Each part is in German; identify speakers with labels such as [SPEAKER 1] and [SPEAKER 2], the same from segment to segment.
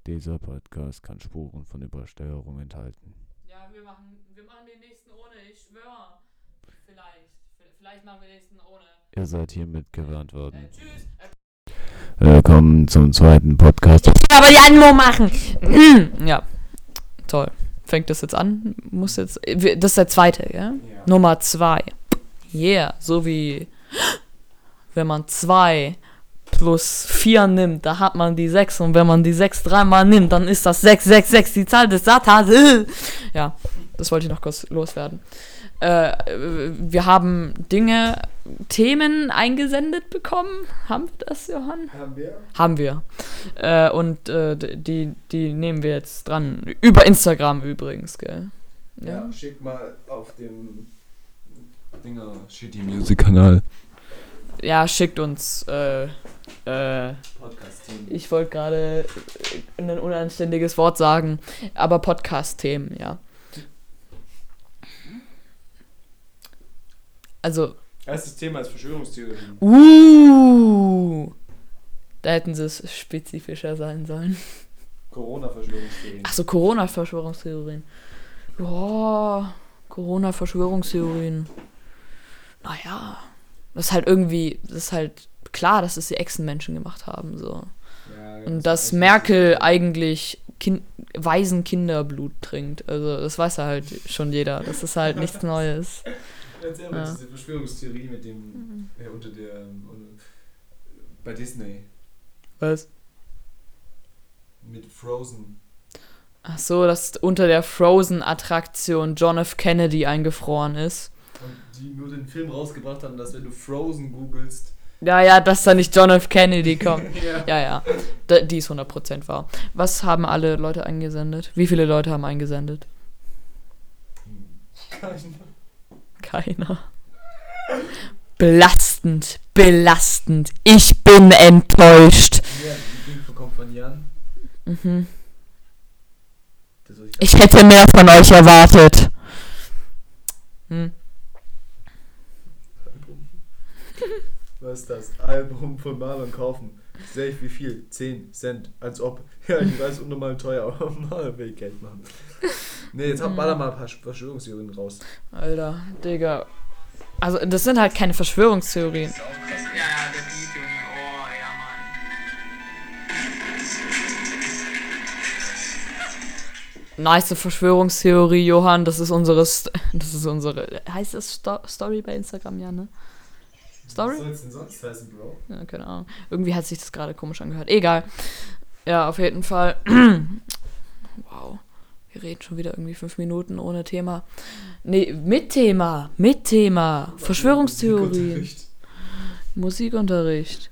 [SPEAKER 1] Dieser Podcast kann Spuren von Übersteuerung enthalten.
[SPEAKER 2] Ja, wir machen den nächsten ohne, ich schwöre. Vielleicht machen wir den nächsten ohne.
[SPEAKER 1] Ihr seid hiermit gewarnt worden.
[SPEAKER 2] Tschüss.
[SPEAKER 1] Willkommen zum zweiten Podcast.
[SPEAKER 2] Ich will aber die Anmo machen. Ja, toll. Fängt das jetzt an? Das ist der zweite, gell? Ja. Nummer 2. Yeah, so wie wenn man 2 plus 4 nimmt, da hat man die 6. Und wenn man die 6 dreimal nimmt, dann ist das 666 die Zahl des Satans. Ja, das wollte ich noch kurz loswerden. Wir haben Themen eingesendet bekommen. Haben wir das, Johann? Haben wir. Und die nehmen wir jetzt dran. Über Instagram übrigens, gell?
[SPEAKER 1] Ja, schick mal auf dem Shitty Music Kanal.
[SPEAKER 2] Ja, schickt uns
[SPEAKER 1] Podcast-Themen.
[SPEAKER 2] Ich wollte gerade ein unanständiges Wort sagen, aber Podcast-Themen, ja. Also.
[SPEAKER 1] Erstes Thema ist Verschwörungstheorien.
[SPEAKER 2] Da hätten sie es spezifischer sein sollen.
[SPEAKER 1] Corona-Verschwörungstheorien.
[SPEAKER 2] Achso, Corona-Verschwörungstheorien. Ja, Corona-Verschwörungstheorien. Naja. Das ist halt klar, dass es die Echsenmenschen gemacht haben, so. Ja, und dass Merkel eigentlich Waisenkinderblut trinkt. Also, das weiß halt schon jeder. Das ist halt nichts Neues.
[SPEAKER 1] Erzähl mal diese Verschwörungstheorie mit dem, bei Disney.
[SPEAKER 2] Was?
[SPEAKER 1] Mit Frozen.
[SPEAKER 2] Ach so, dass unter der Frozen-Attraktion John F. Kennedy eingefroren ist.
[SPEAKER 1] Und die nur den Film rausgebracht haben, dass wenn du Frozen googelst...
[SPEAKER 2] Ja, dass da nicht John F. Kennedy kommt. Ja. Die ist 100% wahr. Was haben alle Leute eingesendet? Wie viele Leute haben eingesendet? Keiner. Belastend. Ich bin enttäuscht.
[SPEAKER 1] Ja, die Info kommt von Jan.
[SPEAKER 2] Mhm. Ich hätte mehr von euch erwartet.
[SPEAKER 1] Was ist das? Album von Marlon kaufen. Safe wie viel? 10 Cent. Als ob. Ja, ich weiß, unnormal teuer, aber Marlon will Geld machen. Nee, jetzt baller mal ein paar Verschwörungstheorien raus. Alter,
[SPEAKER 2] Digga. Also, das sind halt keine Verschwörungstheorien.
[SPEAKER 3] Ja, der Beat, Junge. Oh, ja, Mann.
[SPEAKER 2] Nice Verschwörungstheorie, Johann. Das ist unsere. Heißt das Story bei Instagram, ja, ne? Story?
[SPEAKER 1] Was soll es denn sonst heißen, Bro?
[SPEAKER 2] Ja, keine Ahnung. Irgendwie hat sich das gerade komisch angehört. Egal. Ja, auf jeden Fall. Wow. Wir reden schon wieder irgendwie 5 Minuten ohne Thema. Nee, mit Thema. Verschwörungstheorien. Musikunterricht.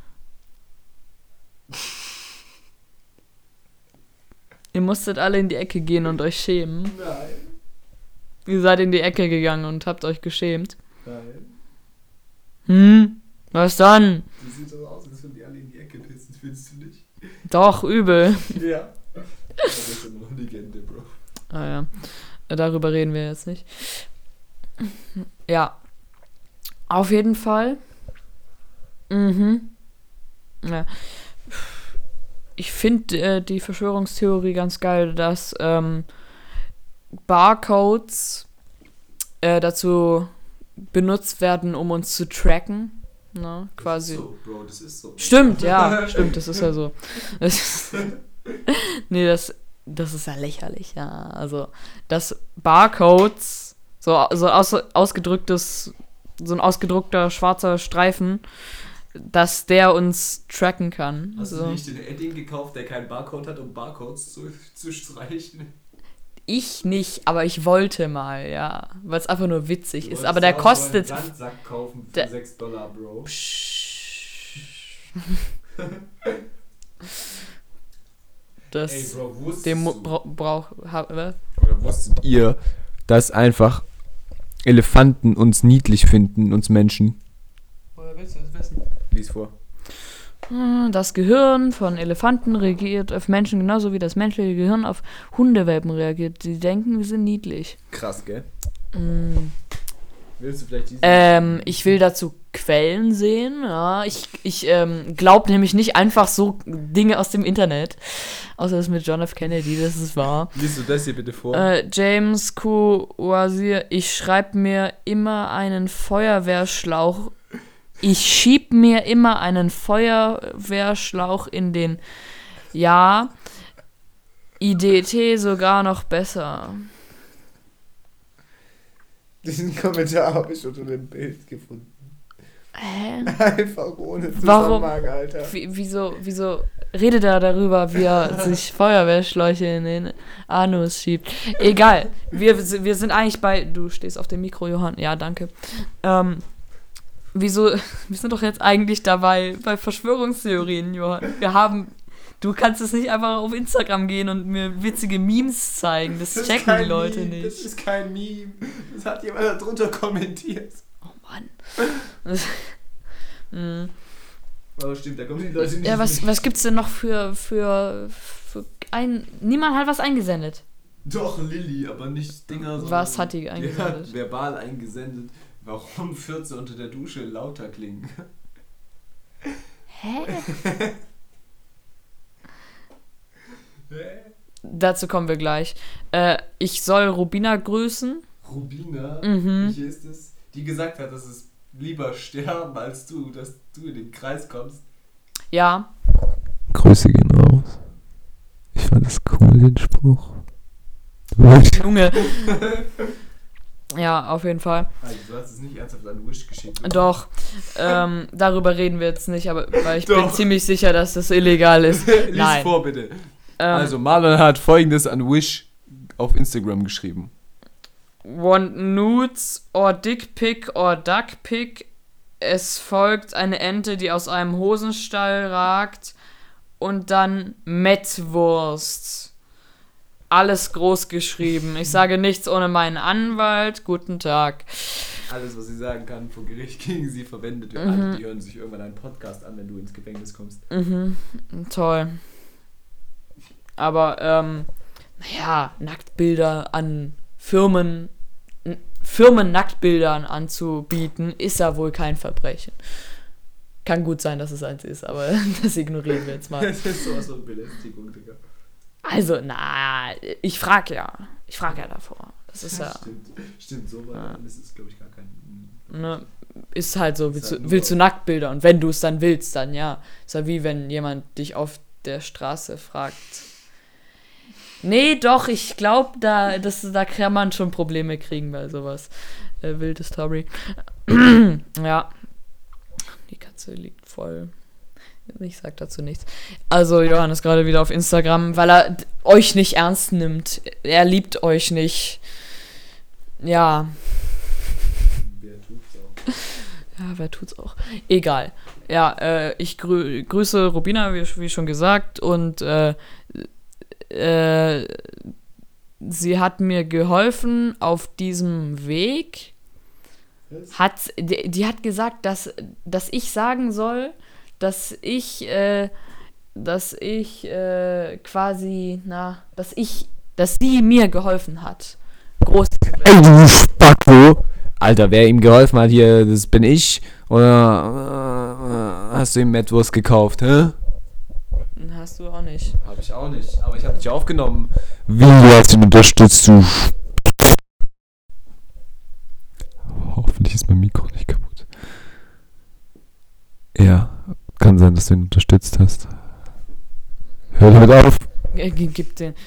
[SPEAKER 2] Ihr musstet alle in die Ecke gehen und euch schämen.
[SPEAKER 1] Nein.
[SPEAKER 2] Ihr seid in die Ecke gegangen und habt euch geschämt.
[SPEAKER 1] Nein.
[SPEAKER 2] Was dann?
[SPEAKER 1] Das sieht so aus, als wenn die alle in die Ecke pissen, findest du nicht?
[SPEAKER 2] Doch, übel.
[SPEAKER 1] Ja. Das ist immer noch eine Legende, Bro.
[SPEAKER 2] Ah ja. Darüber reden wir jetzt nicht. Ja. Auf jeden Fall. Ja. Ich finde die Verschwörungstheorie ganz geil, dass Barcodes dazu benutzt werden, um uns zu tracken. Ne, quasi.
[SPEAKER 1] Das ist so, Bro, das ist so.
[SPEAKER 2] Stimmt, das ist ja so. Nee, das ist ja lächerlich, ja. Also, dass Barcodes, so ein ausgedruckter schwarzer Streifen, dass der uns tracken kann.
[SPEAKER 1] Hast du nicht den Edding gekauft, der keinen Barcode hat, um Barcodes zu streichen?
[SPEAKER 2] Ich nicht, aber ich wollte mal, ja. Weil es einfach nur witzig ist. Aber
[SPEAKER 1] der
[SPEAKER 2] der kostet...
[SPEAKER 1] einen Sandsack kaufen für $6, Bro.
[SPEAKER 2] Das...
[SPEAKER 1] Ey, Bro,
[SPEAKER 4] wusstet ihr, dass einfach Elefanten uns niedlich finden, uns Menschen?
[SPEAKER 2] Woher willst du das wissen?
[SPEAKER 4] Lies vor.
[SPEAKER 2] Das Gehirn von Elefanten reagiert auf Menschen genauso wie das menschliche Gehirn auf Hundewelpen reagiert. Die denken, wir sind niedlich.
[SPEAKER 4] Krass, gell?
[SPEAKER 1] Willst du vielleicht diesen...
[SPEAKER 2] Ich will dazu Quellen sehen. Ja, ich glaube nämlich nicht einfach so Dinge aus dem Internet. Außer das mit John F. Kennedy, das ist wahr.
[SPEAKER 1] Liest du das hier bitte vor?
[SPEAKER 2] James Q. Wazir, ich schreibe mir immer einen Feuerwehrschlauch. Ich schieb mir immer einen Feuerwehrschlauch in den... Ja, IDT sogar noch besser.
[SPEAKER 1] Diesen Kommentar habe ich unter dem Bild gefunden.
[SPEAKER 2] Hä?
[SPEAKER 1] Einfach ohne
[SPEAKER 2] Warum?
[SPEAKER 1] Zusammenhang, Alter.
[SPEAKER 2] Wieso redet er darüber, wie er sich Feuerwehrschläuche in den Anus schiebt? Egal. Wir sind eigentlich bei... Du stehst auf dem Mikro, Johann. Ja, danke. Wir sind doch jetzt eigentlich dabei bei Verschwörungstheorien, Johann. Du kannst es nicht einfach auf Instagram gehen und mir witzige Memes zeigen. Das checken die Leute
[SPEAKER 1] Meme.
[SPEAKER 2] nicht.
[SPEAKER 1] Das ist kein Meme. Das hat jemand da drunter kommentiert.
[SPEAKER 2] Oh Mann.
[SPEAKER 1] Aber stimmt, da kommen die Leute nicht.
[SPEAKER 2] Ja, was gibt's denn noch für niemand hat was eingesendet.
[SPEAKER 1] Doch, Lilly, aber nicht Dinger.
[SPEAKER 2] Was hat die
[SPEAKER 1] Die
[SPEAKER 2] eingesendet?
[SPEAKER 1] hat verbal eingesendet, warum Fürze unter der Dusche lauter klingen.
[SPEAKER 2] Hä? Dazu kommen wir gleich. Ich soll Rubina grüßen.
[SPEAKER 1] Rubina,
[SPEAKER 2] Mhm.
[SPEAKER 1] wie ist es? Die gesagt hat, dass es lieber sterben als du, dass du in den Kreis kommst.
[SPEAKER 2] Ja.
[SPEAKER 4] Grüße gehen raus. Ich fand das cool, den Spruch.
[SPEAKER 2] Junge. Ja, auf jeden Fall.
[SPEAKER 1] Also, du hast es nicht ernsthaft an Wish geschickt. Oder?
[SPEAKER 2] Doch. Darüber reden wir jetzt nicht, aber weil ich bin
[SPEAKER 1] Doch.
[SPEAKER 2] ziemlich sicher, dass das illegal ist.
[SPEAKER 1] Lies
[SPEAKER 2] Nein.
[SPEAKER 1] vor, bitte.
[SPEAKER 4] Also, Marlon hat Folgendes an Wish auf Instagram geschrieben.
[SPEAKER 2] Want nudes or dick pic or duck pic. Es folgt eine Ente, die aus einem Hosenstall ragt. Und dann Mettwurst. Alles groß geschrieben. Ich sage nichts ohne meinen Anwalt. Guten Tag.
[SPEAKER 1] Alles, was sie sagen kann, vor Gericht gegen sie verwendet wird. Alle, die hören sich irgendwann einen Podcast an, wenn du ins Gefängnis kommst.
[SPEAKER 2] Toll. Aber, naja, Nacktbilder an Firmen-Nacktbildern anzubieten, ist ja wohl kein Verbrechen. Kann gut sein, dass es eins ist, aber das ignorieren wir jetzt mal.
[SPEAKER 1] Das ist sowas von Belästigung, Digga.
[SPEAKER 2] Also, ich frag ja davor. Das ist ja,
[SPEAKER 1] Stimmt, so weit ist es, glaube ich, gar kein...
[SPEAKER 2] ne, ist halt so,
[SPEAKER 1] Ist halt
[SPEAKER 2] willst du Nacktbilder? Und wenn du es dann willst, dann ja. Ist ja wie wenn jemand dich auf der Straße fragt. Nee, doch, ich glaube, da kann man schon Probleme kriegen bei sowas. Wilde Story. Ja. Die Katze liegt voll. Ich sag dazu nichts. Also, Johann ist gerade wieder auf Instagram, weil er euch nicht ernst nimmt. Er liebt euch nicht. Ja.
[SPEAKER 1] Wer tut's auch?
[SPEAKER 2] Ja, wer tut's auch? Egal. Ja, ich grüße Rubina, wie schon gesagt, und sie hat mir geholfen auf diesem Weg. Die hat gesagt, dass ich sagen soll, dass sie mir geholfen hat. Groß.
[SPEAKER 4] Ey, du Spacko! Alter, wer ihm geholfen hat hier, das bin ich. Oder hast du ihm Mettwurst gekauft, hä?
[SPEAKER 2] Hast du auch nicht.
[SPEAKER 1] Habe ich auch nicht, aber ich habe dich aufgenommen.
[SPEAKER 4] Wie du hast ihn unterstützt, du. Hoffentlich ist mein Mikro nicht kaputt. Ja, kann sein, dass du ihn unterstützt hast. Hör damit auf.
[SPEAKER 2] Gib den.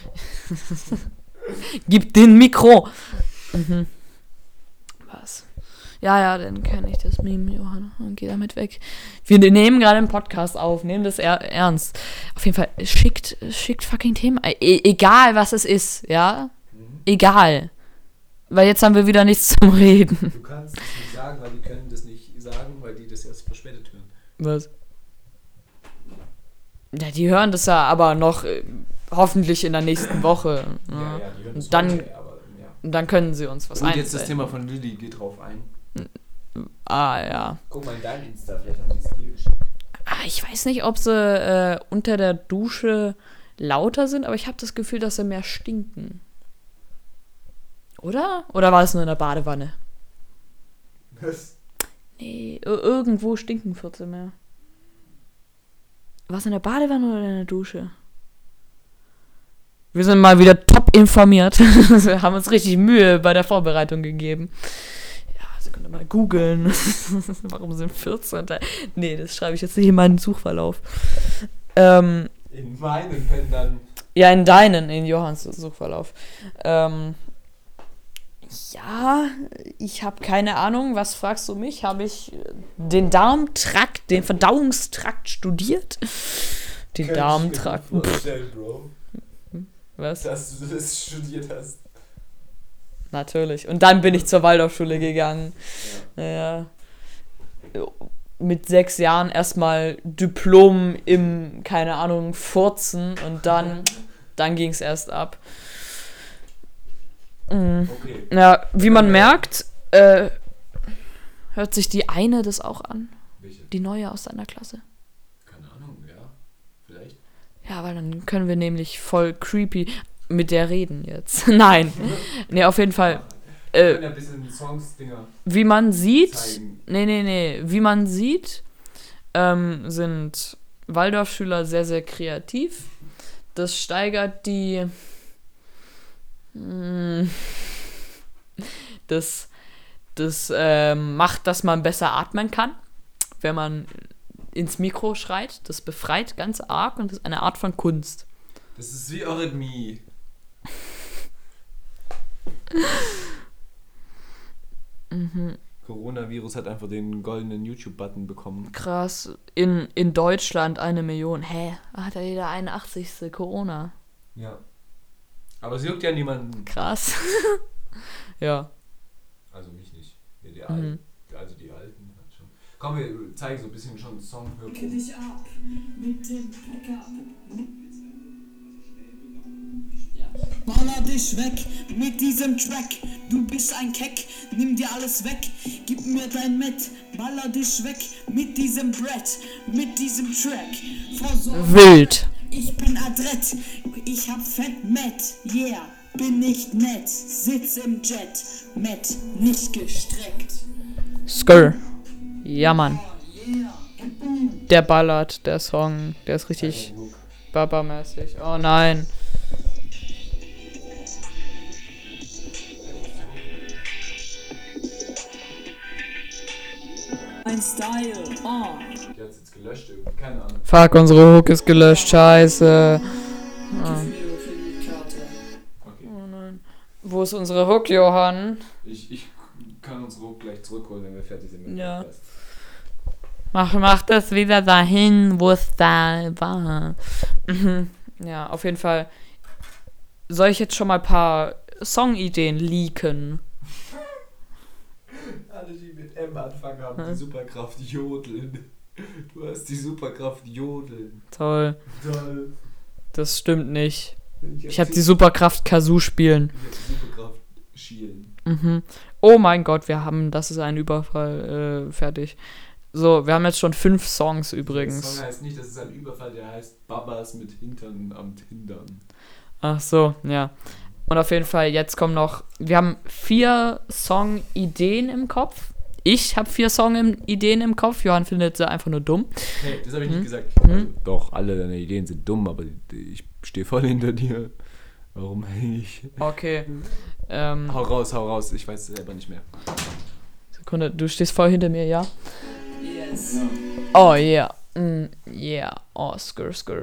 [SPEAKER 2] Gib den Mikro. Mhm. Was? Ja, dann kenne ich das Meme, Johann. Und geh damit weg. Wir nehmen gerade einen Podcast auf. Nehmen das ernst. Auf jeden Fall, schickt fucking Themen. Egal, was es ist, ja? Egal. Weil jetzt haben wir wieder nichts zum Reden.
[SPEAKER 1] Du kannst es nicht sagen, weil die können das nicht sagen, weil die das erst verspätet hören.
[SPEAKER 2] Was? Ja, die hören das ja aber noch hoffentlich in der nächsten Woche.
[SPEAKER 1] Ja, die hören das
[SPEAKER 2] Und dann,
[SPEAKER 1] heute, aber ja.
[SPEAKER 2] und dann können sie uns was
[SPEAKER 1] Und
[SPEAKER 2] einsenden.
[SPEAKER 1] jetzt das Thema von Lilly, geht drauf ein.
[SPEAKER 2] Ja.
[SPEAKER 1] Guck mal in dein Insta, vielleicht haben die es dir geschickt.
[SPEAKER 2] Ich weiß nicht, ob sie unter der Dusche lauter sind, aber ich habe das Gefühl, dass sie mehr stinken. Oder? Oder war es nur in der Badewanne?
[SPEAKER 1] Was?
[SPEAKER 2] Nee, irgendwo stinken Fürze mehr. Was in der Badewanne oder in der Dusche? Wir sind mal wieder top informiert. Wir haben uns richtig Mühe bei der Vorbereitung gegeben. Ja, Sie können mal googeln. Warum sind 14? Nee, das schreibe ich jetzt nicht in meinen Suchverlauf.
[SPEAKER 4] In meinen Fällen
[SPEAKER 2] Ja, in Johanns Suchverlauf. Ja, ich habe keine Ahnung. Was fragst du mich? Habe ich den Darmtrakt, den Verdauungstrakt studiert? Den Darmtrakt.
[SPEAKER 1] Bro,
[SPEAKER 2] Was?
[SPEAKER 1] dass du das studiert hast.
[SPEAKER 2] Natürlich. Und dann bin ich zur Waldorfschule gegangen. Ja. Mit 6 Jahren erstmal Diplom im, keine Ahnung, Furzen und dann ging es erst ab.
[SPEAKER 1] Okay.
[SPEAKER 2] Ja, wie man merkt, hört sich die eine das auch an.
[SPEAKER 1] Welche?
[SPEAKER 2] Die neue aus seiner Klasse.
[SPEAKER 1] Keine Ahnung, ja. Vielleicht.
[SPEAKER 2] Ja, weil dann können wir nämlich voll creepy mit der reden jetzt. Nein. Nee, auf jeden Fall.
[SPEAKER 1] Wir können ja ein bisschen Songs-Dinger
[SPEAKER 2] Wie man sieht,
[SPEAKER 1] zeigen.
[SPEAKER 2] nee. Wie man sieht, sind Waldorfschüler sehr, sehr kreativ. Das steigert die. Das macht, dass man besser atmen kann, wenn man ins Mikro schreit. Das befreit ganz arg und das ist eine Art von Kunst.
[SPEAKER 1] Das ist wie Eurythmie. Coronavirus hat einfach den goldenen YouTube-Button bekommen.
[SPEAKER 2] Krass. In Deutschland 1 Million. Hä? Hat ja jeder 81. Corona.
[SPEAKER 1] Ja. Aber es juckt ja niemanden.
[SPEAKER 2] Krass. Ja.
[SPEAKER 1] Also mich nicht. Ja, die Alten. Also die Alten halt schon. Komm, wir zeigen so ein bisschen schon Song.
[SPEAKER 5] Lecke dich ab mit dem Backup. Baller dich weg mit diesem Track. Du bist ein Keck, nimm dir alles weg. Gib mir dein Met. Baller dich weg mit diesem Brett, mit diesem Track.
[SPEAKER 2] Wild.
[SPEAKER 5] Ich bin adrett, ich hab Fett Met. Yeah, bin nicht nett. Sitz im Jet, Met nicht gestreckt.
[SPEAKER 2] Skrr. Ja, Mann. Der ballert, der Song. Der ist richtig Baba-mäßig. Oh nein.
[SPEAKER 5] Ein Style, oh.
[SPEAKER 1] Die hat es jetzt gelöscht irgendwie. Keine Ahnung.
[SPEAKER 2] Fuck, unsere Hook ist gelöscht. Scheiße.
[SPEAKER 1] Okay.
[SPEAKER 2] Oh nein. Wo ist unsere Hook, Johann?
[SPEAKER 1] Ich kann unsere Hook gleich zurückholen, wenn wir fertig sind mit dem
[SPEAKER 2] Ja.
[SPEAKER 1] Podcast.
[SPEAKER 2] Mach das wieder dahin, wo es da war. Ja, auf jeden Fall. Soll ich jetzt schon mal ein paar Songideen leaken?
[SPEAKER 1] Alle, die mit M anfangen, haben die Superkraft Jodeln. Du hast die Superkraft Jodeln.
[SPEAKER 2] Toll.
[SPEAKER 1] Toll.
[SPEAKER 2] Das stimmt nicht. Ich habe die Superkraft Kazoo spielen.
[SPEAKER 1] Ich hab die Superkraft Schielen.
[SPEAKER 2] Oh mein Gott, das ist ein Überfall. Fertig. So, wir haben jetzt schon 5 Songs
[SPEAKER 1] Der
[SPEAKER 2] übrigens.
[SPEAKER 1] Song heißt nicht, das ist ein Überfall, der heißt Babas mit Hintern am Tindern.
[SPEAKER 2] Ach so, ja. Und auf jeden Fall, jetzt kommen noch, wir haben 4 Song-Ideen im Kopf. Ich habe 4 Song-Ideen im Kopf. Johann findet sie einfach nur dumm.
[SPEAKER 1] Hey, das habe ich nicht gesagt. Also, doch, alle deine Ideen sind dumm, aber ich stehe voll hinter dir. Warum eigentlich?
[SPEAKER 2] Okay.
[SPEAKER 1] Hau raus, ich weiß es selber nicht mehr.
[SPEAKER 2] Sekunde, du stehst voll hinter mir, ja?
[SPEAKER 5] Yes.
[SPEAKER 2] Oh, yeah. Yeah. Oh, skrr.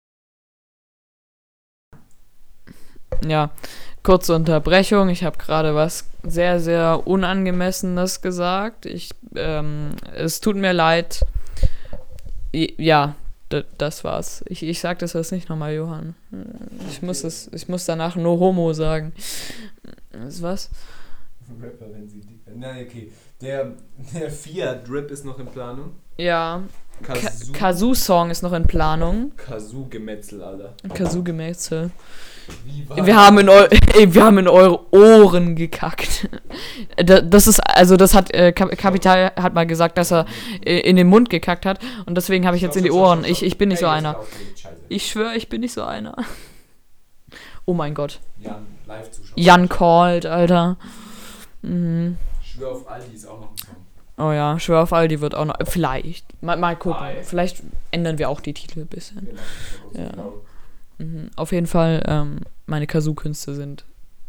[SPEAKER 2] Ja, kurze Unterbrechung. Ich habe gerade was sehr, sehr Unangemessenes gesagt. Es tut mir leid. Ja, das war's. Ich sag das jetzt nicht nochmal, Johann. Ich muss danach no homo sagen. Was?
[SPEAKER 1] Rapper, wenn sie dick werden. Nein, okay. Der Fiat-Drip ist noch in Planung.
[SPEAKER 2] Ja. Kazoo-Song ist noch in Planung.
[SPEAKER 1] Kazoo-Gemetzel, Alter.
[SPEAKER 2] Kazoo-Gemetzel.
[SPEAKER 1] Wie war
[SPEAKER 2] Wir haben in eure Ohren gekackt. Das hat Kapital hat mal gesagt, dass er in den Mund gekackt hat und deswegen habe ich jetzt in die Ohren. Ich bin nicht so einer. Ich schwöre, ich bin nicht so einer. Oh mein Gott.
[SPEAKER 1] Jan, Live-Zuschauer.
[SPEAKER 2] Jan called, Alter.
[SPEAKER 1] Ich schwöre auf Aldi ist auch noch ein Song.
[SPEAKER 2] Oh ja, schwör auf Aldi wird auch noch. Vielleicht. Mal gucken. Vielleicht ändern wir auch die Titel ein bisschen. Ja. Auf jeden Fall, meine Kazoo-Künste sind.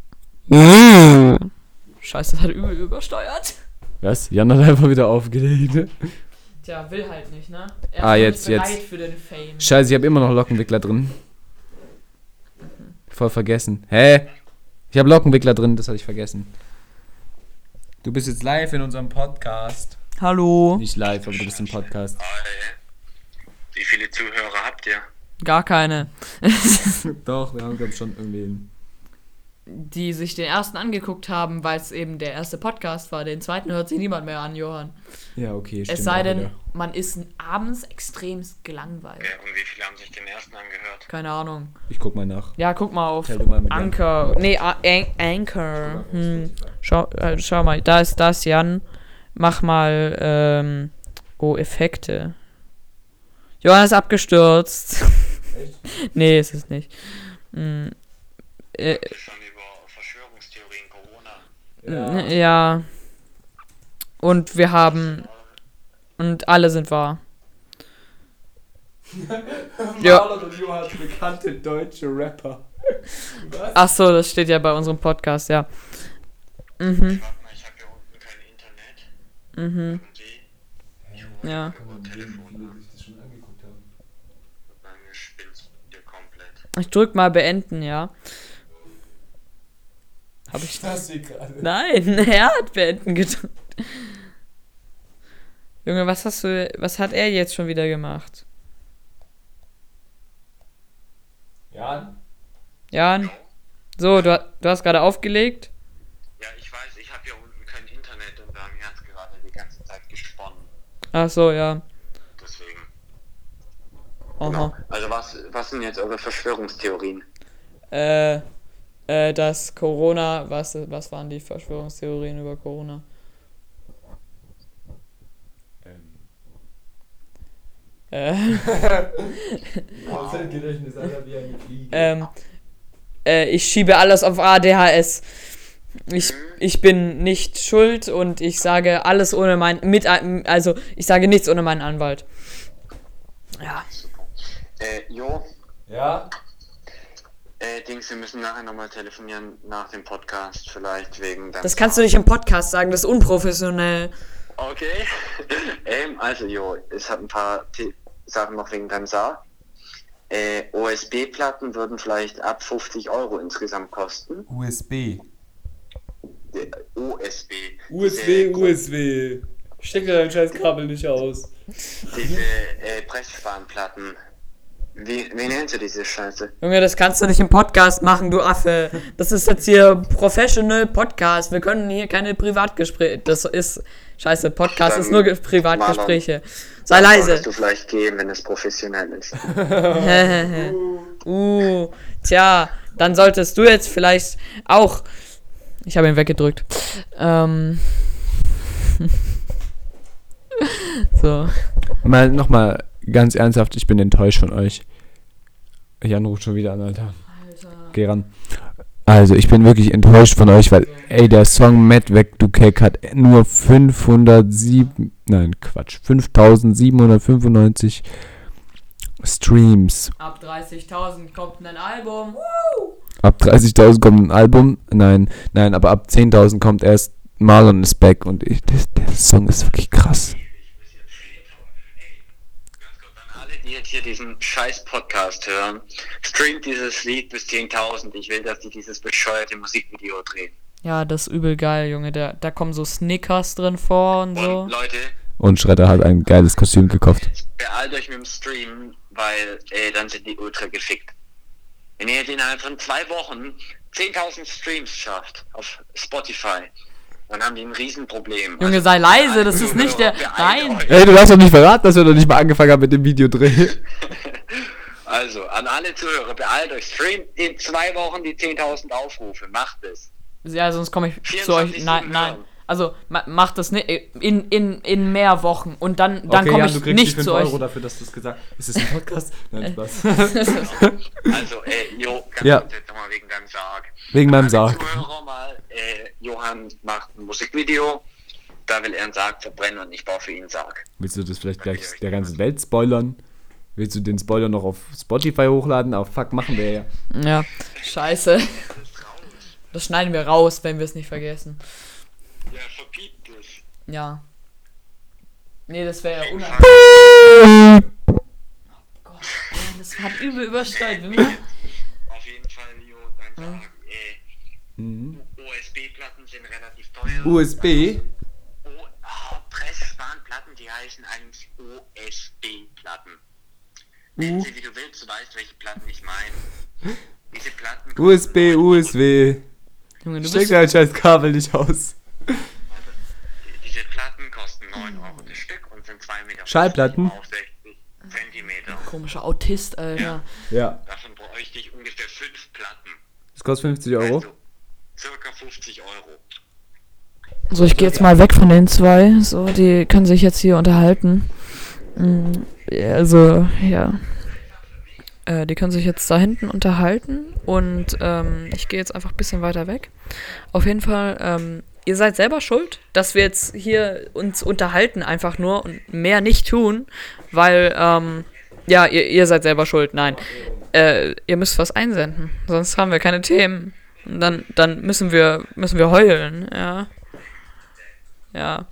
[SPEAKER 2] Scheiße, das hat übel übersteuert.
[SPEAKER 4] Was? Jan hat einfach wieder aufgelegt.
[SPEAKER 2] Tja, will halt nicht, ne? Er ist
[SPEAKER 4] jetzt.
[SPEAKER 2] bereit für den Fame.
[SPEAKER 4] Scheiße, ich habe immer noch Lockenwickler drin. Voll vergessen. Hä? Ich habe Lockenwickler drin, das hatte ich vergessen. Du bist jetzt live in unserem Podcast.
[SPEAKER 2] Hallo.
[SPEAKER 4] Nicht live, aber du bist im Podcast.
[SPEAKER 3] Wie viele Zuhörer habt ihr?
[SPEAKER 2] Gar keine.
[SPEAKER 4] Doch, wir haben glaube ich schon irgendwie...
[SPEAKER 2] Die sich den ersten angeguckt haben, weil es eben der erste Podcast war. Den zweiten hört sich niemand mehr an, Johann.
[SPEAKER 4] Ja, okay, stimmt.
[SPEAKER 2] Es sei
[SPEAKER 4] auch
[SPEAKER 2] denn,
[SPEAKER 4] wieder.
[SPEAKER 2] man ist abends extremst gelangweilt.
[SPEAKER 3] Ja, und wie viele haben sich den ersten angehört?
[SPEAKER 2] Keine Ahnung.
[SPEAKER 4] Ich guck mal nach.
[SPEAKER 2] Ja, guck mal auf
[SPEAKER 4] Tell du mal mit Jan.
[SPEAKER 2] Anchor. Nee, Anchor. Schau mal, da ist Jan. Mach mal, Effekte. Johann ist abgestürzt. Echt? Nee, ist es nicht.
[SPEAKER 3] Schon über Verschwörungstheorien, Corona.
[SPEAKER 2] Ja. Und wir haben... Und alle sind wahr. Ja.
[SPEAKER 4] und Johann, bekannte deutsche Rapper.
[SPEAKER 2] Ach so, das steht ja bei unserem Podcast, ja.
[SPEAKER 3] Warte mal, ich habe hier unten kein Internet. Irgendwie.
[SPEAKER 2] Ja.
[SPEAKER 3] Dann spinnst du dir komplett.
[SPEAKER 2] Ich drück mal beenden, ja. Hab ich
[SPEAKER 1] Das hier gerade.
[SPEAKER 2] Nein, er hat beenden gedrückt. Junge, was hat er jetzt schon wieder gemacht? Jan? So, du hast gerade aufgelegt?
[SPEAKER 3] Ja, ich weiß, ich habe hier unten kein Internet und bei mir hat es gerade die ganze Zeit gesponnen.
[SPEAKER 2] Ach so, ja.
[SPEAKER 3] Deswegen.
[SPEAKER 2] Aha.
[SPEAKER 3] Genau. Also was sind jetzt eure Verschwörungstheorien?
[SPEAKER 2] Das Corona, was waren die Verschwörungstheorien über Corona?
[SPEAKER 1] Gedächtnis, Alter, wie eine Fliege.
[SPEAKER 2] Ich schiebe alles auf ADHS. Ich bin nicht schuld und ich sage alles ohne ich sage nichts ohne meinen Anwalt. Ja.
[SPEAKER 3] Jo,
[SPEAKER 1] Ja?
[SPEAKER 3] Dings, wir müssen nachher nochmal telefonieren nach dem Podcast, vielleicht wegen deinem
[SPEAKER 2] Das kannst du nicht im Podcast sagen, das ist unprofessionell.
[SPEAKER 3] Okay. Also, jo, es hat ein paar Sachen noch wegen deinem Saar. OSB-Platten würden vielleicht ab 50 € insgesamt kosten.
[SPEAKER 1] USB.
[SPEAKER 3] OSB.
[SPEAKER 1] USB. Steck dir dein scheiß Kabel nicht aus.
[SPEAKER 3] Diese Pressspanplatten. Wie nennst du diese Scheiße?
[SPEAKER 2] Junge, das kannst du nicht im Podcast machen, du Affe. Das ist jetzt hier Professional Podcast. Wir können hier keine Privatgespräche. Das ist... Scheiße, Podcast
[SPEAKER 3] Dann
[SPEAKER 2] ist nur Privatgespräche. Sei
[SPEAKER 3] Dann
[SPEAKER 2] leise.
[SPEAKER 3] solltest du vielleicht gehen, wenn es professionell ist.
[SPEAKER 2] Tja, dann solltest du jetzt vielleicht auch... Ich habe ihn weggedrückt. So.
[SPEAKER 4] Nochmal ganz ernsthaft, ich bin enttäuscht von euch. Jan ruft schon wieder an, Alter. Geh ran. Also, ich bin wirklich enttäuscht von euch, weil, der Song Mad Weg Du Keck hat nur 5795 Streams.
[SPEAKER 2] Ab 30.000 kommt ein Album.
[SPEAKER 4] Ab 30.000 kommt ein Album. Nein, aber ab 10.000 kommt erst Marlon is Back und der Song ist wirklich krass.
[SPEAKER 3] Die jetzt hier diesen scheiß Podcast hören, streamt dieses Lied bis 10.000. Ich will, dass die dieses bescheuerte Musikvideo drehen.
[SPEAKER 2] Ja, das ist übel geil, Junge. Da kommen so Snickers drin vor und so.
[SPEAKER 3] Und Leute,
[SPEAKER 4] Und Schredder hat ein geiles Kostüm gekauft.
[SPEAKER 3] beeilt euch mit dem Stream, weil dann sind die ultra gefickt. Wenn ihr jetzt innerhalb von 2 Wochen 10.000 Streams schafft auf Spotify, dann haben die ein Riesenproblem.
[SPEAKER 2] Junge, sei leise, das ist nicht der... Nein!
[SPEAKER 4] Ey, du hast doch nicht verraten, dass wir noch nicht mal angefangen haben mit dem Videodreh.
[SPEAKER 3] Also, an alle Zuhörer, beeilt euch, streamt in 2 Wochen die 10.000 Aufrufe, macht es.
[SPEAKER 2] Ja, sonst komme ich zu euch...
[SPEAKER 3] 24/7
[SPEAKER 2] Nein.
[SPEAKER 3] hören.
[SPEAKER 2] Also, macht das nicht in mehr Wochen und dann komme
[SPEAKER 1] Jan,
[SPEAKER 2] ich
[SPEAKER 1] du kriegst
[SPEAKER 2] nicht
[SPEAKER 1] die 5
[SPEAKER 2] zu euch.
[SPEAKER 1] Euro dafür, dass du es gesagt hast. Ist das ein Podcast? Nein, Spaß.
[SPEAKER 3] Also, ganz
[SPEAKER 4] Ja.
[SPEAKER 3] kurz jetzt nochmal wegen deinem Sarg.
[SPEAKER 4] Wegen meinem
[SPEAKER 3] Alle
[SPEAKER 4] Sarg.
[SPEAKER 3] Zuhörer mal, Johann macht ein Musikvideo, da will er einen Sarg verbrennen und ich baue für ihn einen Sarg.
[SPEAKER 4] Willst du das vielleicht gleich der ganzen Welt spoilern? Willst du den Spoiler noch auf Spotify hochladen? Auf Fuck, machen wir ja.
[SPEAKER 2] Ja, scheiße. Das schneiden wir raus, wenn wir es nicht vergessen.
[SPEAKER 3] Ja, verpiept es.
[SPEAKER 2] Ja. Nee, das wäre ja unangenehm. Oh Gott, ey, das hat übel übersteuert.
[SPEAKER 3] Auf jeden Fall, Jo, dein Sarg. USB-Platten sind relativ teuer.
[SPEAKER 4] USB?
[SPEAKER 3] Pressspanplatten, die heißen eigentlich OSB-Platten. Nenn sie wie du willst, du weißt, welche Platten ich meine. Diese Platten.
[SPEAKER 4] USB, USB.
[SPEAKER 2] Junge, du
[SPEAKER 4] Steck
[SPEAKER 2] bist
[SPEAKER 4] dein scheiß Kabel nicht aus.
[SPEAKER 3] Diese Platten kosten 9 Euro das Stück und sind 2 Meter
[SPEAKER 4] Schallplatten?
[SPEAKER 3] auf 60 Zentimeter.
[SPEAKER 2] komischer Autist, Alter.
[SPEAKER 4] Ja.
[SPEAKER 3] Davon bräuchte ich ungefähr 5 Platten.
[SPEAKER 4] Das kostet 50 Euro.
[SPEAKER 3] Also, circa 50 Euro.
[SPEAKER 2] So, ich gehe jetzt mal weg von den zwei. So, die können sich jetzt hier unterhalten. Ja, also, ja. Die können sich jetzt da hinten unterhalten. Und ich gehe jetzt einfach ein bisschen weiter weg. Auf jeden Fall, ihr seid selber schuld, dass wir jetzt hier uns unterhalten einfach nur und mehr nicht tun. Weil, ja, ihr seid selber schuld. Nein. Ihr müsst was einsenden. Sonst haben wir keine Themen. Und dann müssen wir heulen, ja. Ja.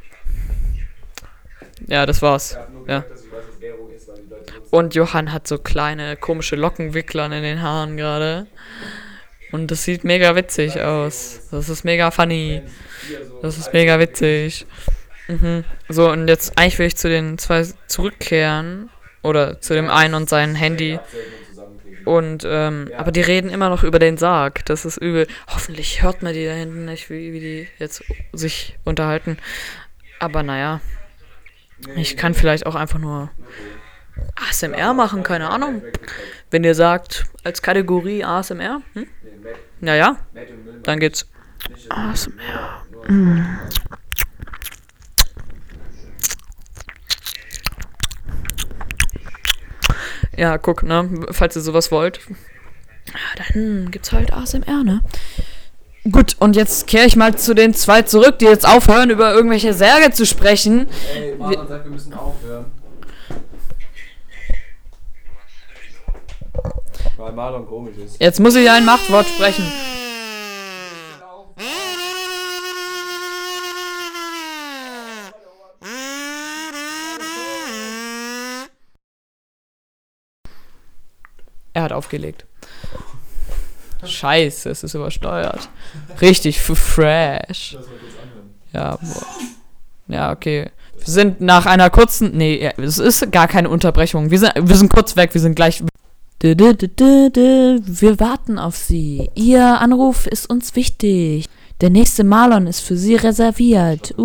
[SPEAKER 2] Ja, das war's. Ja. Und Johann hat so kleine, komische Lockenwickler in den Haaren gerade. Und das sieht mega witzig aus. Das ist mega funny. Das ist mega witzig. So, und jetzt eigentlich will ich zu den zwei zurückkehren. Oder zu dem einen und seinem Handy. Und, aber die reden immer noch über den Sarg. Das ist übel. Hoffentlich hört man die da hinten nicht, wie die jetzt sich unterhalten. Aber naja. Ich kann vielleicht auch einfach nur ASMR machen, keine Ahnung. Wenn ihr sagt, als Kategorie ASMR, naja, dann geht's. ASMR. Ja, guck, ne, falls ihr sowas wollt. Ja, dann gibt's halt ASMR, ne? Gut, und jetzt kehre ich mal zu den zwei zurück, die jetzt aufhören, über irgendwelche Särge zu sprechen.
[SPEAKER 4] Ey, Marlon sagt, wir müssen aufhören. Weil Marlon komisch ist.
[SPEAKER 2] Jetzt muss ich ein Machtwort sprechen. Er hat aufgelegt. Scheiße, es ist übersteuert. Richtig fresh. Ja, boah. Ja, okay. Wir sind nach einer kurzen... Nee, es ist gar keine Unterbrechung. Wir sind kurz weg, wir sind gleich... Wir warten auf Sie. Ihr Anruf ist uns wichtig. Der nächste Marlon ist für Sie reserviert.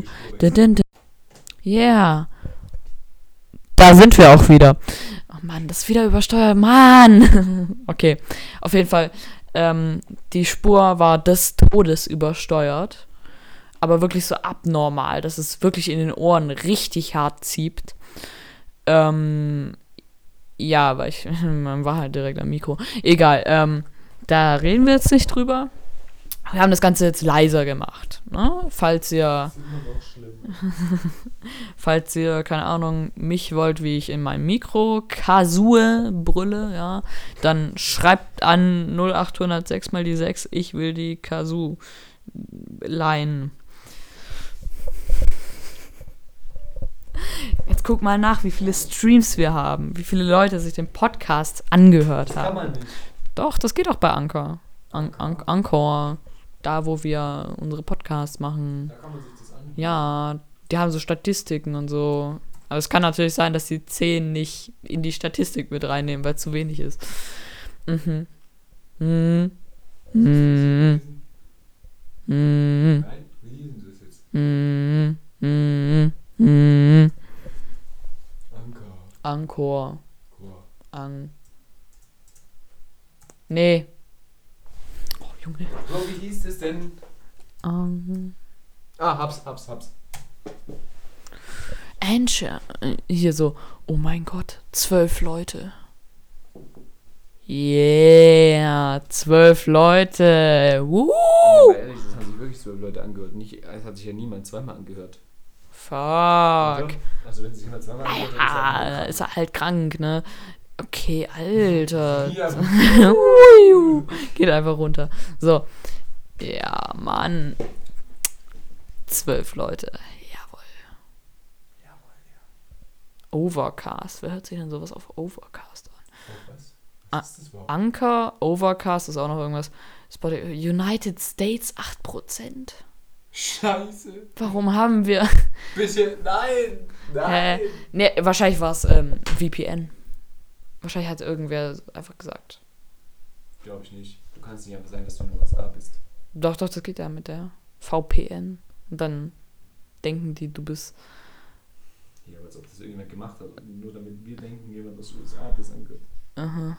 [SPEAKER 2] Yeah. Da sind wir auch wieder. Oh Mann, das ist wieder übersteuert. Mann. Okay, auf jeden Fall. Die Spur war des Todes übersteuert. Aber wirklich so abnormal, dass es wirklich in den Ohren richtig hart zieht. Ja, aber man war halt direkt am Mikro. Egal, da reden wir jetzt nicht drüber. Wir haben das Ganze jetzt leiser gemacht, ne? Falls ihr, keine Ahnung, mich wollt, wie ich in meinem Mikro Kasue brülle, ja, dann schreibt an 0806 mal die 6, ich will die Kasue leihen. Jetzt guck mal nach, wie viele Streams wir haben, wie viele Leute sich den Podcast angehört haben. Kann man nicht. Doch, das geht auch bei Anchor. Anchor, da wo wir unsere Podcasts machen. Da kann man sich das anhören. Ja, die haben so Statistiken und so. Aber es kann natürlich sein, dass die 10 nicht in die Statistik mit reinnehmen, weil es zu wenig ist. Nein, wie lesen Sie das jetzt? Anchor. Nee. Oh, Junge.
[SPEAKER 4] So, wie hieß es denn? Hab's.
[SPEAKER 2] Anchor. Hier so, oh mein Gott, 12 Leute. Yeah, 12 Leute.
[SPEAKER 4] Aber ehrlich, das haben sich wirklich 12 Leute angehört. Nicht, es hat sich ja niemand zweimal angehört.
[SPEAKER 2] Fuck.
[SPEAKER 4] Also wenn sich jemand zweimal angehört hat,
[SPEAKER 2] Ja, ist er halt krank, ne? Okay, Alter.
[SPEAKER 4] Ja.
[SPEAKER 2] Geht einfach runter. So. Ja, Mann. 12 Leute. Jawohl. Overcast. Wer hört sich denn sowas auf Overcast an?
[SPEAKER 4] Was ist das überhaupt?
[SPEAKER 2] Anchor, Overcast ist auch noch irgendwas. Spotify, United States 8%.
[SPEAKER 4] Scheiße.
[SPEAKER 2] Warum haben wir...
[SPEAKER 4] Bitte, nein.
[SPEAKER 2] Ne, wahrscheinlich war es VPN. Wahrscheinlich hat irgendwer einfach gesagt.
[SPEAKER 4] Glaube ich nicht. Du kannst nicht einfach sagen, dass du in den USA bist.
[SPEAKER 2] Doch, das geht ja mit der VPN. Und dann denken die, du bist...
[SPEAKER 4] Ja, als ob das irgendjemand gemacht hat. Nur damit wir denken, jemand aus den USA bist angehört.
[SPEAKER 2] Aha.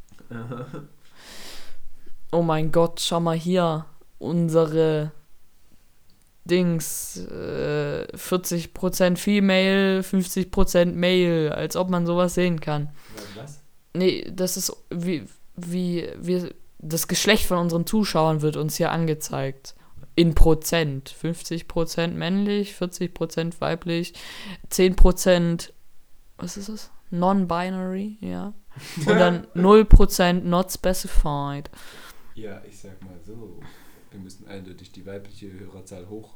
[SPEAKER 2] Oh mein Gott, schau mal hier. Unsere Dings. 40% Female, 50% Male. Als ob man sowas sehen kann.
[SPEAKER 4] Was?
[SPEAKER 2] Nee, das ist wie wir... Das Geschlecht von unseren Zuschauern wird uns hier angezeigt. In Prozent. 50% männlich, 40% weiblich, 10%, was ist das? Non-binary, ja. Und dann 0% not specified.
[SPEAKER 4] Ja, ich sag mal so. Wir müssen eindeutig die weibliche Hörerzahl hoch.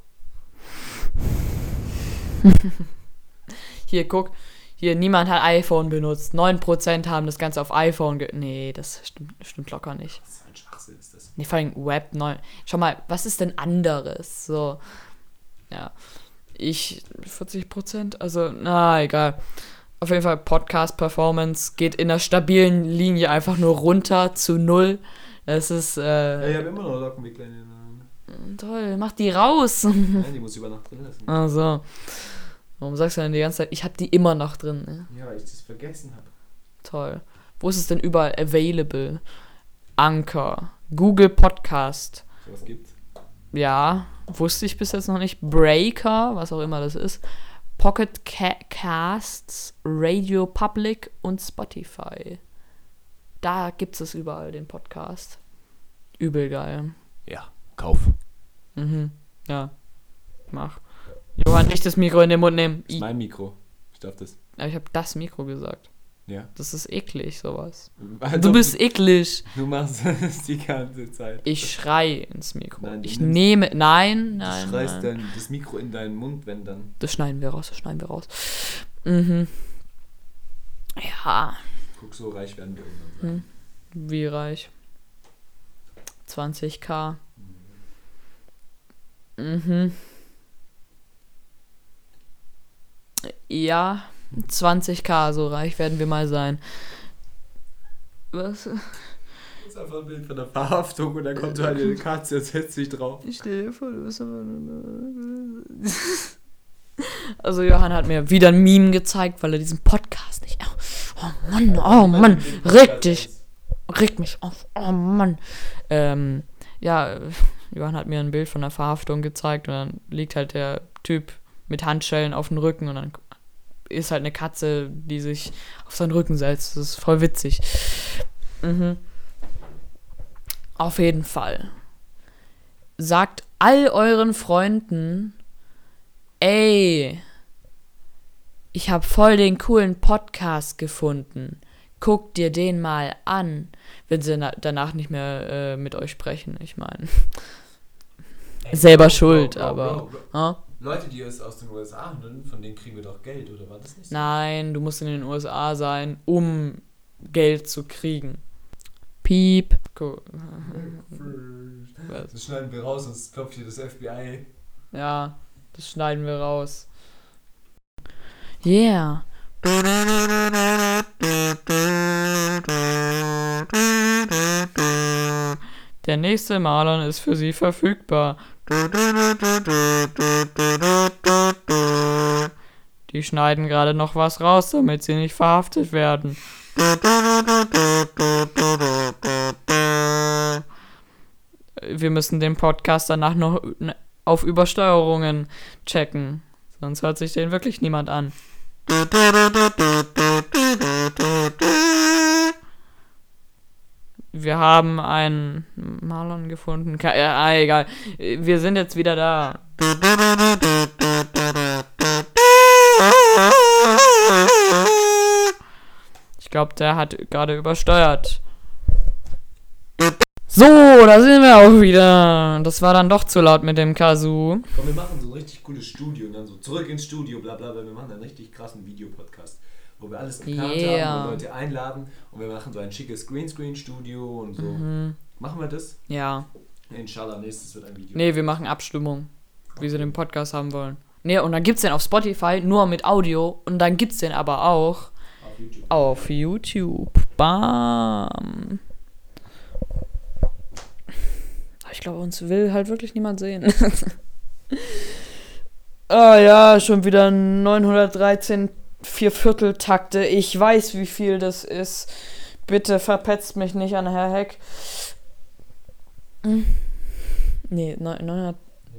[SPEAKER 2] Hier, guck. Hier, niemand hat iPhone benutzt. 9% haben das Ganze auf iPhone Nee, das stimmt locker nicht.
[SPEAKER 4] Was für ein Schwachsinn ist das?
[SPEAKER 2] Nee, vor allem Web 9. Schau mal, was ist denn anderes? So, ja. 40%, also, na, egal. Auf jeden Fall, Podcast-Performance geht in einer stabilen Linie einfach nur runter zu 0. Das ist,
[SPEAKER 4] Ja, ich habe immer noch Lockenwickler in den Haaren.
[SPEAKER 2] Toll, mach die raus.
[SPEAKER 4] Nein, die muss ich über Nacht drin lassen.
[SPEAKER 2] Also, warum sagst du denn die ganze Zeit, ich hab die immer noch drin? Ne?
[SPEAKER 4] Ja, weil ich das vergessen habe.
[SPEAKER 2] Toll. Wo ist es denn überall available? Anchor, Google Podcast.
[SPEAKER 4] Sowas gibt's.
[SPEAKER 2] Ja, wusste ich bis jetzt noch nicht. Breaker, was auch immer das ist. Pocket Casts, Radio Public und Spotify. Da gibt es überall, den Podcast. Übel geil.
[SPEAKER 4] Ja, kauf.
[SPEAKER 2] Mhm. Ja. Mach. Johann, nicht das Mikro in den Mund nehmen.
[SPEAKER 4] Das ist mein Mikro. Ich darf das.
[SPEAKER 2] Aber ich habe das Mikro gesagt.
[SPEAKER 4] Ja.
[SPEAKER 2] Das ist eklig, sowas.
[SPEAKER 4] Also,
[SPEAKER 2] Du bist eklig.
[SPEAKER 4] Du machst das die ganze Zeit.
[SPEAKER 2] Ich schrei ins Mikro.
[SPEAKER 4] Nein, du
[SPEAKER 2] ich
[SPEAKER 4] nimmst-
[SPEAKER 2] nehme... Nein.
[SPEAKER 4] Du schreist
[SPEAKER 2] Nein.
[SPEAKER 4] dann das Mikro in deinen Mund, wenn dann.
[SPEAKER 2] Das schneiden wir raus. Mhm. Ja.
[SPEAKER 4] Guck, so reich werden wir irgendwann.
[SPEAKER 2] Wie reich? 20.000. Mhm. Ja, 20.000, so reich werden wir mal sein. Was?
[SPEAKER 4] Das ist einfach ein Bild von der Verhaftung und dann kommt so eine Katze und setzt sich drauf.
[SPEAKER 2] Ich stell dir vor, du bist aber... Also Johann hat mir wieder ein Meme gezeigt, weil er diesen Podcast nicht... Oh Mann, reg mich auf. Oh Mann. Ja, Johann hat mir ein Bild von der Verhaftung gezeigt und dann liegt halt der Typ mit Handschellen auf dem Rücken und dann ist halt eine Katze, die sich auf seinen Rücken setzt. Das ist voll witzig. Mhm. Auf jeden Fall. Sagt all euren Freunden, ey, ich habe voll den coolen Podcast gefunden. Guckt dir den mal an, wenn sie danach nicht mehr mit euch sprechen. Ich meine, selber schuld, aber... Ha?
[SPEAKER 4] Leute, die es aus den USA hören, von denen kriegen wir doch Geld, oder war das nicht so?
[SPEAKER 2] Nein, du musst in den USA sein, um Geld zu kriegen. Piep.
[SPEAKER 4] Das schneiden wir raus, sonst klopft hier das FBI.
[SPEAKER 2] Ja, das schneiden wir raus. Yeah. Der nächste Marlon ist für Sie verfügbar. Die schneiden gerade noch was raus, damit sie nicht verhaftet werden. Wir müssen den Podcast danach noch auf Übersteuerungen checken. Sonst hört sich den wirklich niemand an. Wir haben einen Marlon gefunden. Egal. Wir sind jetzt wieder da. Ich glaube, der hat gerade übersteuert. So, da sind wir auch wieder. Das war dann doch zu laut mit dem Kazoo.
[SPEAKER 1] Komm, wir machen so ein richtig cooles Studio und dann so zurück ins Studio, bla bla bla. Wir machen einen richtig krassen Videopodcast, wo wir alles geplant haben und Leute einladen und wir machen so ein schickes Greenscreen-Studio und so. Machen wir das?
[SPEAKER 2] Ja.
[SPEAKER 1] Inshallah, nächstes wird ein Video.
[SPEAKER 2] Nee, wir machen Abstimmung, wie sie den Podcast haben wollen. Nee, und dann gibt's den auf Spotify nur mit Audio und dann gibt's den aber auch auf YouTube. Bam. Ich glaube, uns will halt wirklich niemand sehen. Ah ja, schon wieder 913 4/4-Takte. Ich weiß, wie viel das ist. Bitte verpetzt mich nicht an Herr Heck. Nee, 900...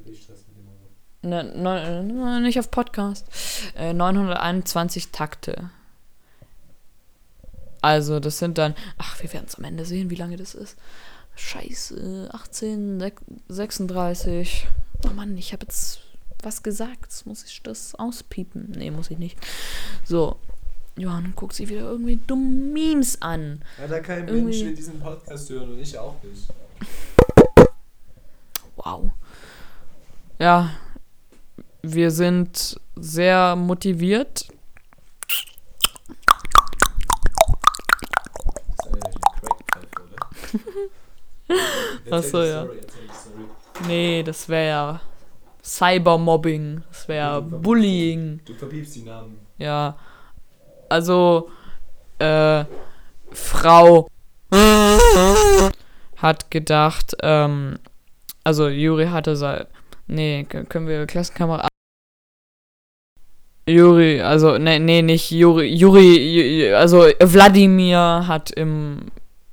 [SPEAKER 2] nicht auf Podcast. 921 Takte. Also, das sind dann... Ach, wir werden es am Ende sehen, wie lange das ist. Scheiße, 36. Oh Mann, ich habe jetzt was gesagt. Jetzt muss ich das auspiepen. Nee, muss ich nicht. So, Johann guckt sich wieder irgendwie dumm Memes an.
[SPEAKER 1] Ja, da kein Mensch will diesen Podcast hören und ich auch nicht.
[SPEAKER 2] Wow. Ja, wir sind sehr motiviert. Achso, ja. Nee, das wäre ja Cybermobbing. Das wäre ja Bullying.
[SPEAKER 1] Du verbiebst die Namen.
[SPEAKER 2] Ja. Also, Frau hat gedacht, also Juri hatte nee, können wir Klassenkamera... Juri, also, nee, nicht Juri, also Wladimir hat im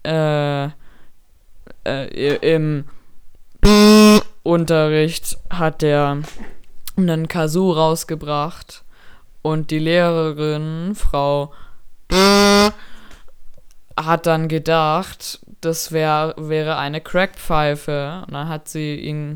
[SPEAKER 2] Unterricht hat der einen Kazoo rausgebracht und die Lehrerin, Frau, hat dann gedacht, das wäre eine Crackpfeife. Und dann hat sie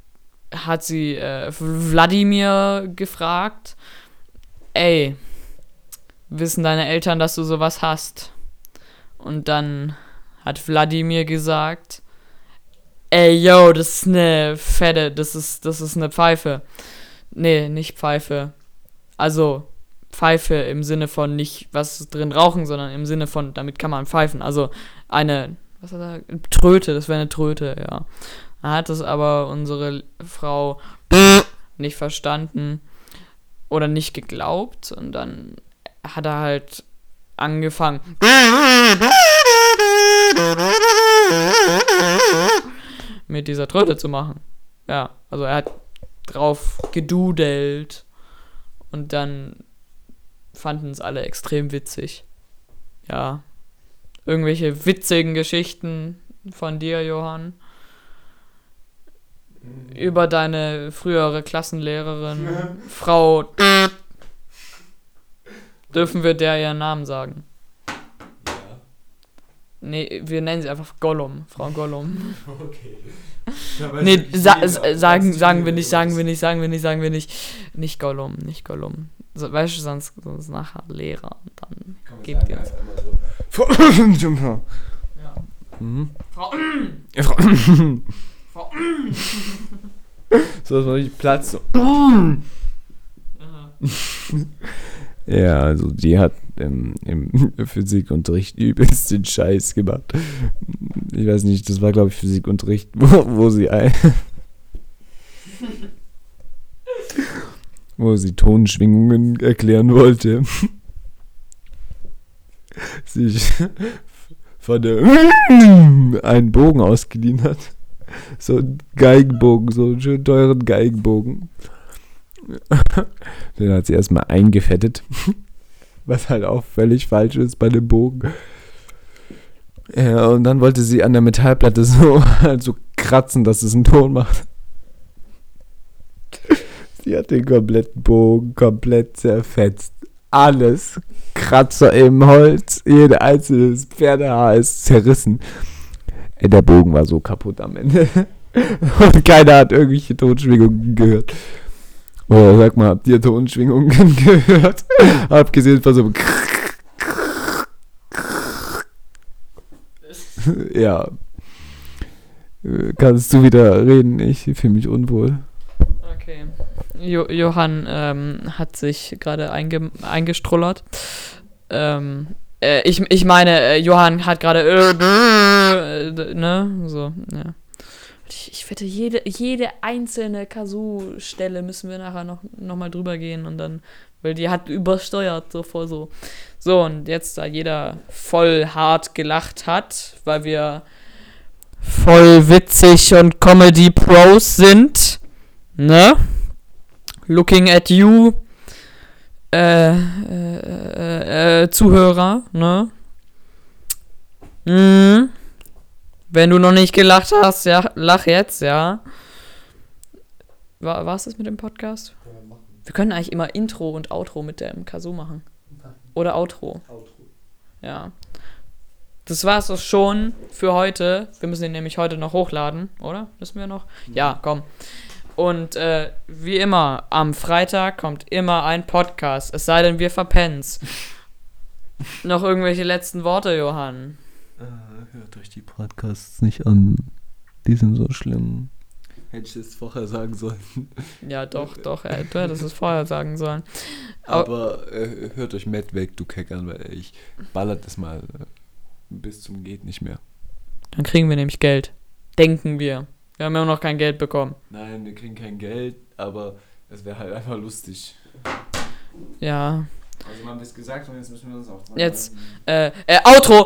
[SPEAKER 2] Wladimir gefragt, ey, wissen deine Eltern, dass du sowas hast? Und dann hat Wladimir gesagt, ey, yo, das ist eine Fette, das ist eine Pfeife. Nee, nicht Pfeife. Also, Pfeife im Sinne von nicht was drin rauchen, sondern im Sinne von, damit kann man pfeifen. Also, eine, was hat er? Tröte, das wäre eine Tröte, ja. Dann hat es aber unsere Frau nicht verstanden oder nicht geglaubt und dann hat er halt angefangen mit dieser Tröte zu machen. Ja, also er hat drauf gedudelt und dann fanden es alle extrem witzig. Ja, irgendwelche witzigen Geschichten von dir, Johann, über deine frühere Klassenlehrerin, Frau... Dürfen wir der ihren Namen sagen?
[SPEAKER 1] Ja.
[SPEAKER 2] Nee, wir nennen sie einfach Gollum, Frau Gollum.
[SPEAKER 1] Okay.
[SPEAKER 2] Nee, sagen wir nicht. Nicht Gollum. So, weißt du, sonst nachher Lehrer und dann gebt ihr uns.
[SPEAKER 4] Frau.
[SPEAKER 2] Ja.
[SPEAKER 4] Mhm.
[SPEAKER 2] Frau.
[SPEAKER 4] So, dass man richtig Platz. So. Ja, also die hat im Physikunterricht übelst den Scheiß gemacht. Ich weiß nicht, das war glaube ich Physikunterricht, wo sie Tonschwingungen erklären wollte. Sich von der einen Bogen ausgeliehen hat. So einen Geigenbogen, so einen schön teuren Geigenbogen. Den hat sie erstmal eingefettet. Was halt auch völlig falsch ist bei dem Bogen. Ja, und dann wollte sie an der Metallplatte so kratzen, dass es einen Ton macht. Sie hat den kompletten Bogen komplett zerfetzt. Alles. Kratzer im Holz, jede einzelne Pferdehaar ist zerrissen. Ey, der Bogen war so kaputt am Ende. Und keiner hat irgendwelche Tonschwingungen gehört. Oder sag mal, habt ihr Tonschwingungen gehört? Abgesehen von so einem ja. Kannst du wieder reden? Ich fühle mich unwohl.
[SPEAKER 2] Okay. Johann hat sich gerade eingestrullert. Ich meine, Johann hat gerade ne? So, ja. Ich wette, jede einzelne Kazoo-Stelle müssen wir nachher noch mal drüber gehen und dann, weil die hat übersteuert, so voll so. So, und jetzt, da jeder voll hart gelacht hat, weil wir voll witzig und Comedy-Pros sind, ne? Looking at you, Zuhörer, ne? Wenn du noch nicht gelacht hast, ja, lach jetzt, ja. War's das mit dem Podcast? Wir können eigentlich immer Intro und Outro mit dem Kazoo machen. Oder Outro. Ja. Das war's doch schon für heute. Wir müssen den nämlich heute noch hochladen, oder? Müssen wir noch? Ja, komm. Und wie immer, am Freitag kommt immer ein Podcast. Es sei denn, wir verpennen's. Noch irgendwelche letzten Worte, Johann?
[SPEAKER 4] Hört euch die Podcasts nicht an. Die sind so schlimm. Hätte ich es vorher sagen sollen.
[SPEAKER 2] Ja, doch. Du hättest es vorher sagen sollen.
[SPEAKER 4] Aber hört euch Matt weg, du Keck an, weil ich ballert das mal bis zum geht nicht mehr.
[SPEAKER 2] Dann kriegen wir nämlich Geld. Denken wir. Wir haben ja noch kein Geld bekommen.
[SPEAKER 4] Nein, wir kriegen kein Geld, aber es wäre halt einfach lustig.
[SPEAKER 2] Ja.
[SPEAKER 4] Also haben wir es gesagt und jetzt müssen wir uns auch dran
[SPEAKER 2] Jetzt, Outro,